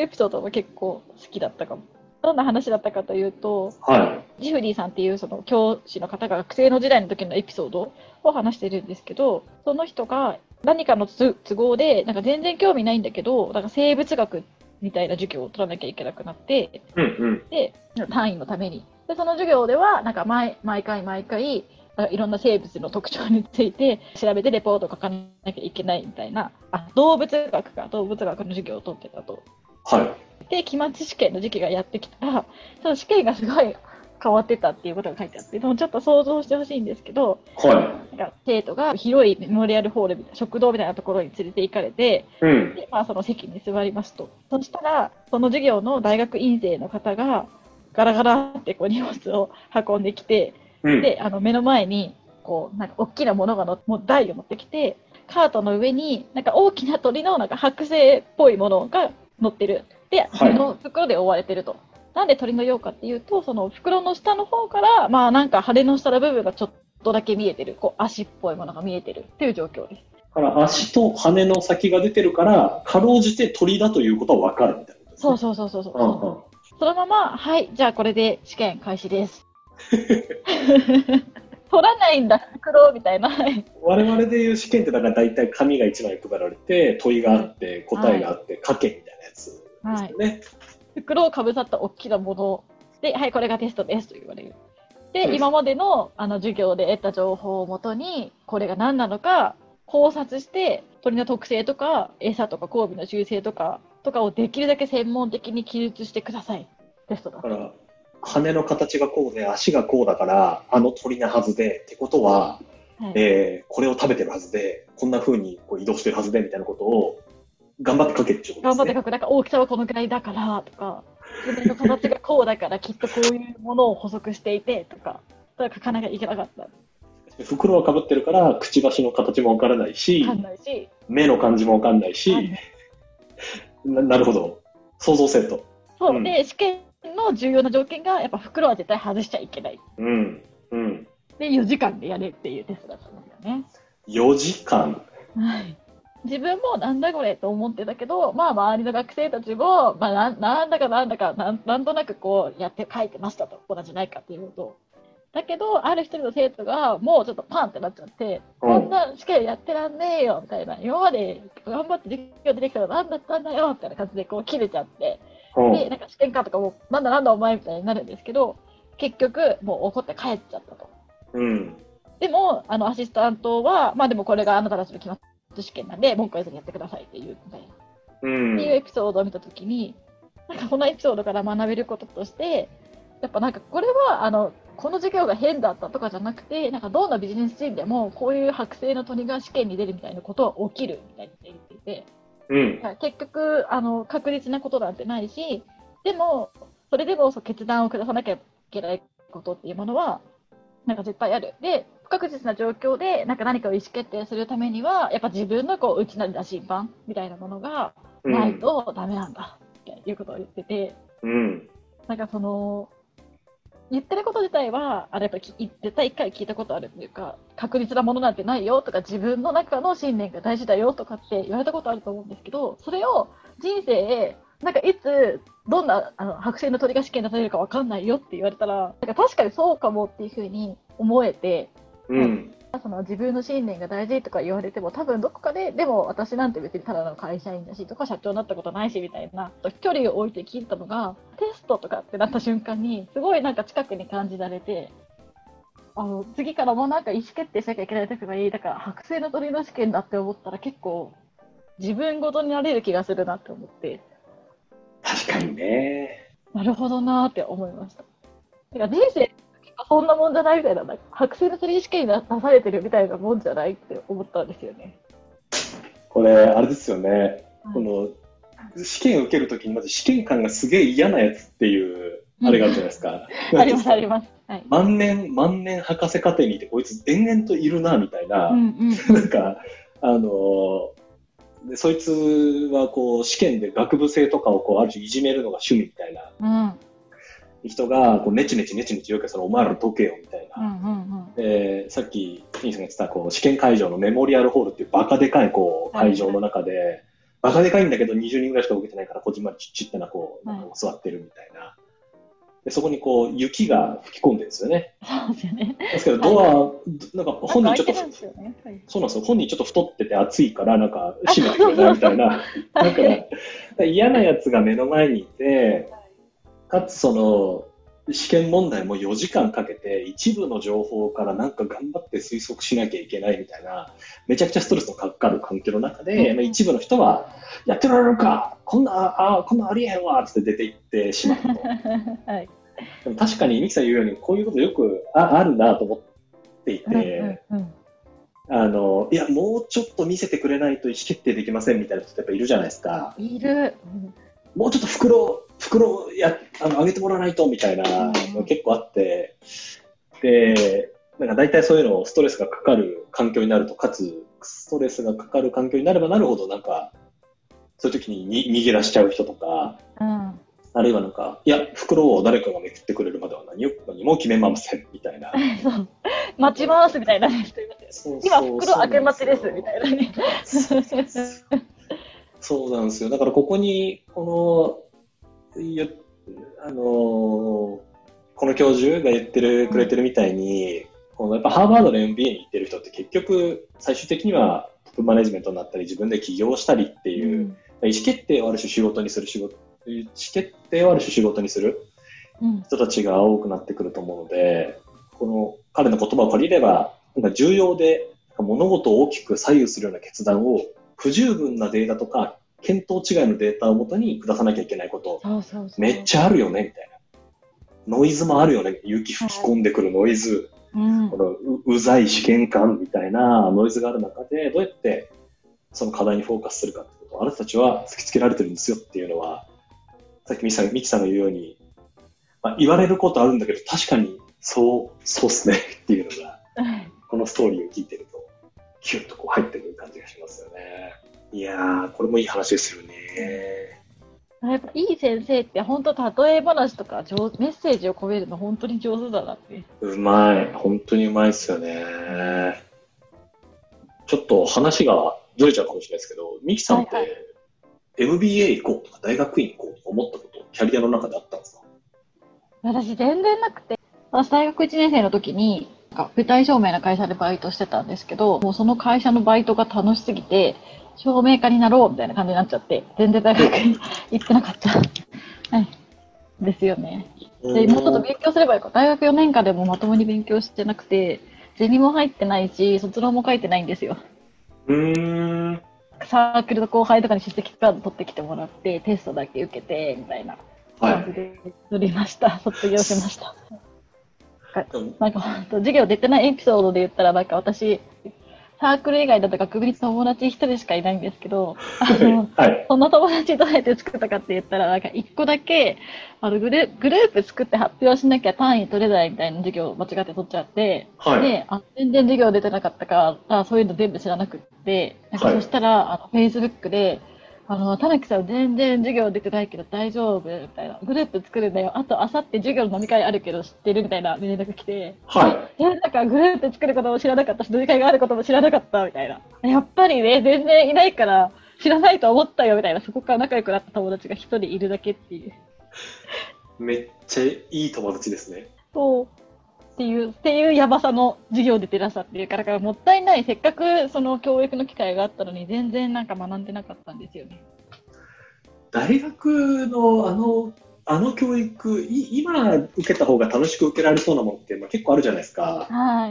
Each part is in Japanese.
いうエピソードも結構好きだったかも。どんな話だったかというと、 はジフリーさんっていうその教師の方が学生の時代の時のエピソードを話してるんですけど、その人が何かの都合でなんか全然興味ないんだけど、なんか生物学みたいな授業を取らなきゃいけなくなって、 い。うんうん。 で単位のためにでその授業ではなんか毎回いろんな生物の特徴について調べてレポートを書かなきゃいけないみたいな、動物学の授業を取ってたと。 はい。 で期末試験の時期がやってきたら、その試験がすごい変わってたっていうことが書いてあって、でもちょっと想像してほしいんですけど、 はなんか生徒が広いメモリアルホールみたいな食堂みたいなところに連れて行かれて、 い。うん。 で、その席に座りますと。そしたら、その授業の大学院生の方が、ガラガラってこう荷物を運んできて、 うん。 で、目の前に、こう、なんか大きなものがもう台を持ってきて、カートの上に、なんか大きな鳥のなんか剥製っぽいものが乗ってる。で、 はい。 袋で覆われてると。なんで鳥のようかっていうと、その袋の下の方から、なんか羽の下の部分がちょっとだけ見えてる。こう、足っぽいものが見えてるっていう状況です。 だから足と羽の先が出てるから、かろうじて鳥だということは分かるみたいなことですね。 そう。 うんうん。 そのまま、はい、じゃあこれで試験開始です。取らないんだ、袋みたいな。 我々でいう試験ってだから大体紙が1枚配られて、問いがあって、答えがあって、書けみたいなやつですよね。 袋をかぶさった大きなもので、はい、これがテストですと言われる。で、 うん今までの授業で得た情報をもとに、これが何なのか考察して、鳥の特性とか、餌とか交尾の習性とかをできるだけ専門的に記述してください。テストだだ。から羽の形がこうで足がこうだからあの鳥なはずでってことは、 はい、 これを食べてるはずでこんな風にこう移動してるはずでみたいなことを頑張って書けってことですね。 頑張って書く。なんか大きさはこのくらいだからとか、爪の形がこうだからきっとこういうものを補足していてとか、それは書かなきゃいけなかった。 袋はかぶってるからくちばしの形もわからないし、 わかんないし、 目の感じもわかんないし、なるほど、想像せんと。 そう、で試験の重要な条件がやっぱ袋は絶対外しちゃいけない。 うんうん。 で4時間でやれっていうテストだったんですよね。 4時間。 はい。自分もなんだこれと思ってたけど、周りの学生たちも、なんだかなんとなくこうやって書いてましたと、同じないかっていうこと。だけど、ある一人の生徒がもうちょっとパンってなっちゃって、こんな試験やってらんねえよみたいな、今まで頑張って授業出てきたら何だったんだよみたいな感じでこう切れちゃって、で、なんか試験官とかも、なんだお前みたいになるんですけど、結局もう怒って帰っちゃったと。 うん。 でも、アシスタントは、でもこれがあなたたちの期末試験なんで、文句言わずにやってくださいっていうみたいな。っていうエピソードを見たときに、なんかこのエピソードから学べることとして、やっぱなんかこれは、この授業が変だったとかじゃなくて、なんかどんなビジネスシーンでも、こういう剥製の鳥が試験に出るみたいなことは起きるみたいに言っていて、結局、確実なことなんてないし、でも、それでも決断を下さなきゃいけないことっていうものは、なんか絶対ある。で、不確実な状況でなんか何かを意思決定するためには、やっぱ自分のこう内なる打診板みたいなものがないとダメなんだっていうことを言ってて、なんかその言ってること自体はやっぱ絶対一回聞いたことあるっていうか、確実なものなんてないよとか、自分の中の信念が大事だよとかって言われたことあると思うんですけど、それを人生なんかいつどんな剥製の鳥が試験出されるか分かんないよって言われたら、なんか確かにそうかもっていうふうに思えて、その自分の信念が大事とか言われても、多分どこかで、でも私なんて別にただの会社員だしとか社長になったことないしみたいな距離を置いて聞いたのが、テストとかってなった瞬間にすごいなんか近くに感じられて、次からもなんか意思決定しなきゃいけない時がいい、だから剥製の鳥の試験だって思ったら結構自分ごとになれる気がするなって思って、 確かにね。 なるほどなーって思いました。だから人生そんなもんじゃないみたいな、剥製の鳥試験に出されてるみたいなもんじゃないって思ったんですよね。 これあれですよね、この試験を受けるときにまず試験官がすげえ嫌なやつっていうあれがあるじゃないですか。 ありますあります。はい、 万年博士課程にいてこいつ延々といるなみたいな、なんかそいつはこう試験で学部生とかをこうある種いじめるのが趣味みたいな、人がこうネチネチ言うけど、そのお前ら解けよみたいな、さっきフィンさんが言ってたこう試験会場のメモリアルホールっていうバカでかいこう会場の中で、 バカでかいんだけど20人ぐらいしか受けてないから、こじんまりちっちゃなこう、座ってるみたいな。でそこにこう雪が吹き込んでるんですよね。 そうですよね。 ですけどドア、なんか本人ちょっと、そうなんですよ。本人ちょっと太ってて暑いからなんか閉めてくれないみたいな。なんか嫌なやつが目の前にいて、かつその試験問題も4時間かけて一部の情報からなんか頑張って推測しなきゃいけないみたいな、めちゃくちゃストレスのかかる環境の中で、一部の人はやってられるか、こんなありえんわって出て行ってしまうと。はい、でも確かにミキさん言うようにこういうことよくあるなと思っていて、いやもうちょっと見せてくれないと意思決定できませんみたいな人ってやっぱいるじゃないですか。 いる。 もうちょっと袋あげてもらわないとみたいなの結構あって、でなんか大体そういうのをストレスがかかる環境になると、かつストレスがかかる環境になればなるほどなんかそういう時に逃げ出しちゃう人とか、あるいはなんかいや袋を誰かがめくってくれるまでは何も決めませんみたいな待ちますみたいな人いますよ。今袋開け待ちですみたいなね。 そうなんですよ。だからここにこの教授が言ってくれてるみたいに、このやっぱハーバードの MBA に行ってる人って結局最終的にはトップマネジメントになったり自分で起業したりっていう、意思決定をある種仕事にする意思決定をある種仕事にする人たちが多くなってくると思うので、この彼の言葉を借りればなんか重要で物事を大きく左右するような決断を不十分なデータとか見当違いのデータをもとに下さなきゃいけないこと、めっちゃあるよねみたいな。ノイズもあるよね。雪吹き込んでくるノイズ、この うざい試験官みたいなノイズがある中でどうやってその課題にフォーカスするかってことをあなたたちは突きつけられてるんですよっていうのは、さっきミキさんが言うように、言われることあるんだけど確かにそうっすねっていうのがこのストーリーを聞いてるとキュッとこう入ってくる感じがしますよね。いやー、これもいい話ですよね。 やっぱいい先生って本当例え話とかメッセージを込めるの本当に上手だなって。 うまい、本当にうまいですよね。ちょっと話がずれちゃうかもしれないですけど、ミキさんって MBA 行こうとか大学院行こうとか思ったことキャリアの中であったんですか？ 私全然なくて、私大学1年生の時に舞台照明の会社でバイトしてたんですけど、もうその会社のバイトが楽しすぎて照明家になろうみたいな感じになっちゃって、全然大学に行ってなかった。はい。ですよね。で、もうちょっと勉強すればよかった。大学4年間でもまともに勉強してなくて、ゼミも入ってないし、卒論も書いてないんですよ。サークルの後輩とかに出席カード取ってきてもらって、テストだけ受けて、みたいな感じで取りました。卒業しました。なんか本当授業出てないエピソードで言ったら、なんか私、サークル以外だと学部に友達一人しかいないんですけど、その友達どうやって作ったかって言ったら、なんか一個だけグループ作って発表しなきゃ単位取れないみたいな授業を間違って取っちゃって、で全然授業出てなかったからそういうの全部知らなくって、なんかそしたらFacebook でたぬきさん全然授業出てないけど大丈夫みたいな。グループ作るんだよ。あと、あさって授業の飲み会あるけど知ってるみたいな連絡来て。なんかグループ作ることも知らなかったし、飲み会があることも知らなかったみたいな。やっぱりね、全然いないから知らないと思ったよみたいな。そこから仲良くなった友達が一人いるだけっていう。 めっちゃいい友達ですね。 そう。っていうやばさの授業出てらっしゃっていうから、もったいない。せっかくその教育の機会があったのに全然なんか学んでなかったんですよね。 大学のあの教育、今受けた方が楽しく受けられそうなものって、結構あるじゃないですか。 はい。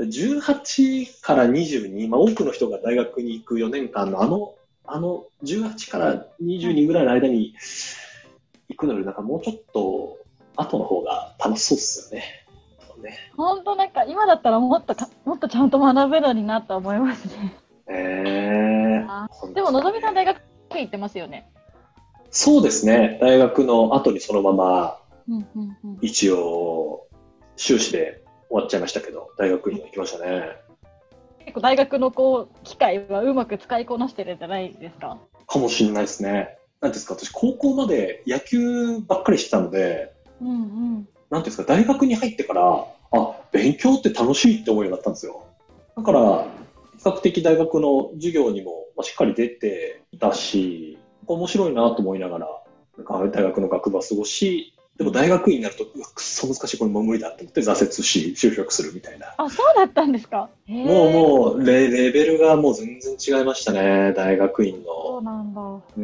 18から22、多くの人が大学に行く4年間の18から22ぐらいの間に行くのよりなんかもうちょっと後の方が楽しそうですよね。 本当なんか今だったらもっとちゃんと学べるようになと思いますね。でものぞみさん大学行ってますよね。 そうですね。大学の後にそのまま一応修士で終わっちゃいましたけど、大学院に行きましたね。 結構大学の機会はうまく使いこなしてるんじゃないですか？ かもしれないですね。なんですか、私高校まで野球ばっかりしてたので、なんですか、大学に入ってから勉強って楽しいって思うようになったんですよ。だから比較的大学の授業にもしっかり出ていたし、面白いなと思いながら、なんか大学の学部は過ごし、でも大学院になると、くっそ難しい、これもう無理だって思って挫折し、就職するみたいな。 あ、そうだったんですか。 もうレベルがもう全然違いましたね、大学院の。 そうなんだ。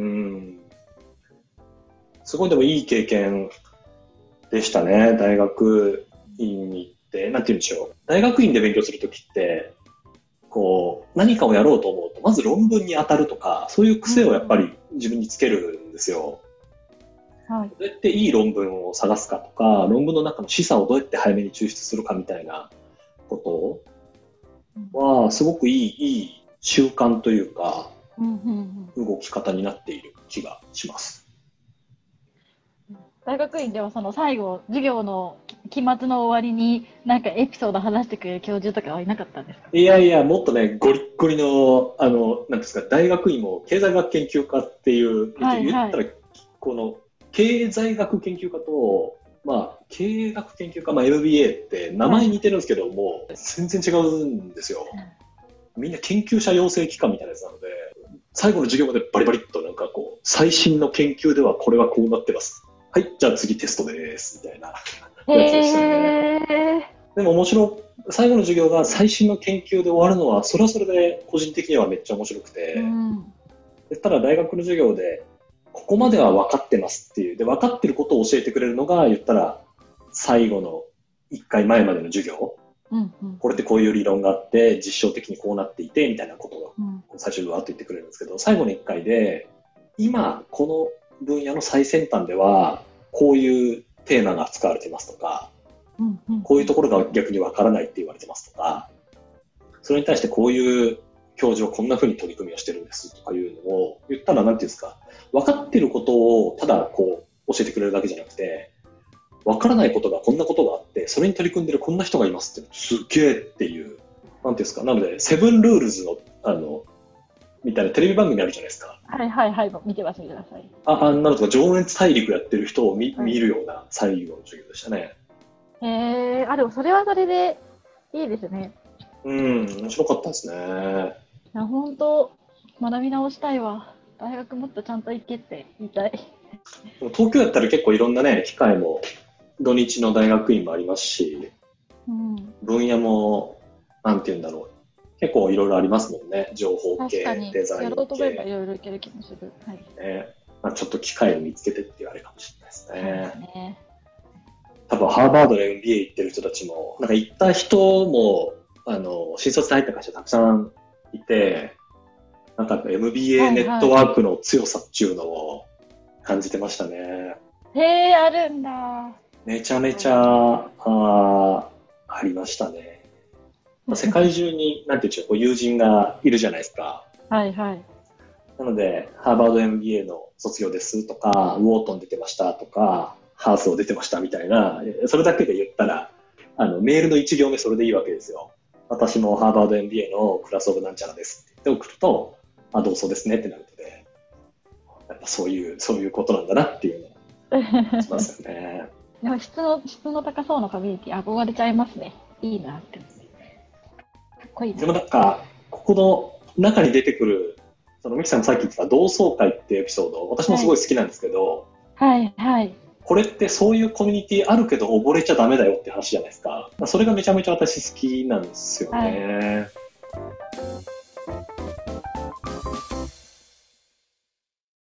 すごいでもいい経験でしたね、大学院に行って。なんて言うんでしょう。大学院で勉強するときって、こう、何かをやろうと思うと、まず論文に当たるとか、そういう癖をやっぱり自分につけるんですよ。 はい。 どうやっていい論文を探すかとか、論文の中の示唆をどうやって早めに抽出するかみたいなことは、すごくいい習慣というか、動き方になっている気がします。 大学院ではその最後、授業の期末の終わりになんかエピソード話してくれる教授とかはいなかったんですか？ いやいや、もっとね、ゴリッゴリの、なんですか、大学院も経済学研究科っていう、言ったら、この、経済学研究科と、経営学研究科、MBA って名前似てるんですけども、全然違うんですよ。みんな研究者養成機関みたいなやつなので、最後の授業までバリバリっとなんかこう、最新の研究ではこれはこうなってます。はい、じゃあ次テストです、みたいなやつでしたね。でも最後の授業が最新の研究で終わるのは、それはそれで個人的にはめっちゃ面白くて、ただ大学の授業で、ここまでは分かってますっていう、で、分かってることを教えてくれるのが、言ったら、最後の1回前までの授業。これってこういう理論があって、実証的にこうなっていて、みたいなことを最初にわーっと言ってくれるんですけど、最後の1回で、今、この分野の最先端では、こういうテーマが扱われてますとか、こういうところが逆に分からないって言われてますとか、それに対してこういう教授はこんな風に取り組みをしてるんですとかいうのを言ったら、なんていうんですか、分かってることをただこう教えてくれるだけじゃなくて、分からないことがこんなことがあって、それに取り組んでるこんな人がいますって、すっげえっていう、なんていうんですか、なので、セブンルールズの、みたいなテレビ番組あるじゃないですか。 見てます、見てください。 なのとか、情熱大陸やってる人を見るような最後の授業でしたね。 でもそれはそれでいいですね。 面白かったですね。 いや、本当、学び直したいわ。大学もっとちゃんと行けって言いたい。 東京だったら結構いろんなね、機会も、土日の大学院もありますし、分野も、なんていうんだろう。結構いろいろありますもんね。情報系、デザイン系。 やろうと思えばいろいろいける気もする。 ちょっと機会を見つけてって言われるかもしれないですね。多分ハーバードで MBA 行ってる人たちも、なんか行った人も、新卒で入った会社たくさんいて、なんか MBA ネットワークの強さっていうのを感じてましたね。 あるんだ。 めちゃめちゃ、ありましたね。世界中に、なんていうんでしょう、友人がいるじゃないですか。なので、ハーバード MBA の卒業ですとか、ウォートン出てましたとか、ハースを出てましたみたいな、それだけで言ったら、メールの1行目それでいいわけですよ。私もハーバード MBA のクラスオブなんちゃらですって言って送ると、同窓ですねってなるので、やっぱそういうことなんだなっていうのをしますよね。 でも質の高そうなコミュニティ憧れちゃいますね。いいなって。かっこいいな。 でもなんか、ここの中に出てくる、ミキさんもさっき言ってた同窓会っていうエピソード、私もすごい好きなんですけど、これってそういうコミュニティあるけど溺れちゃダメだよって話じゃないですか。それがめちゃめちゃ私好きなんですよね。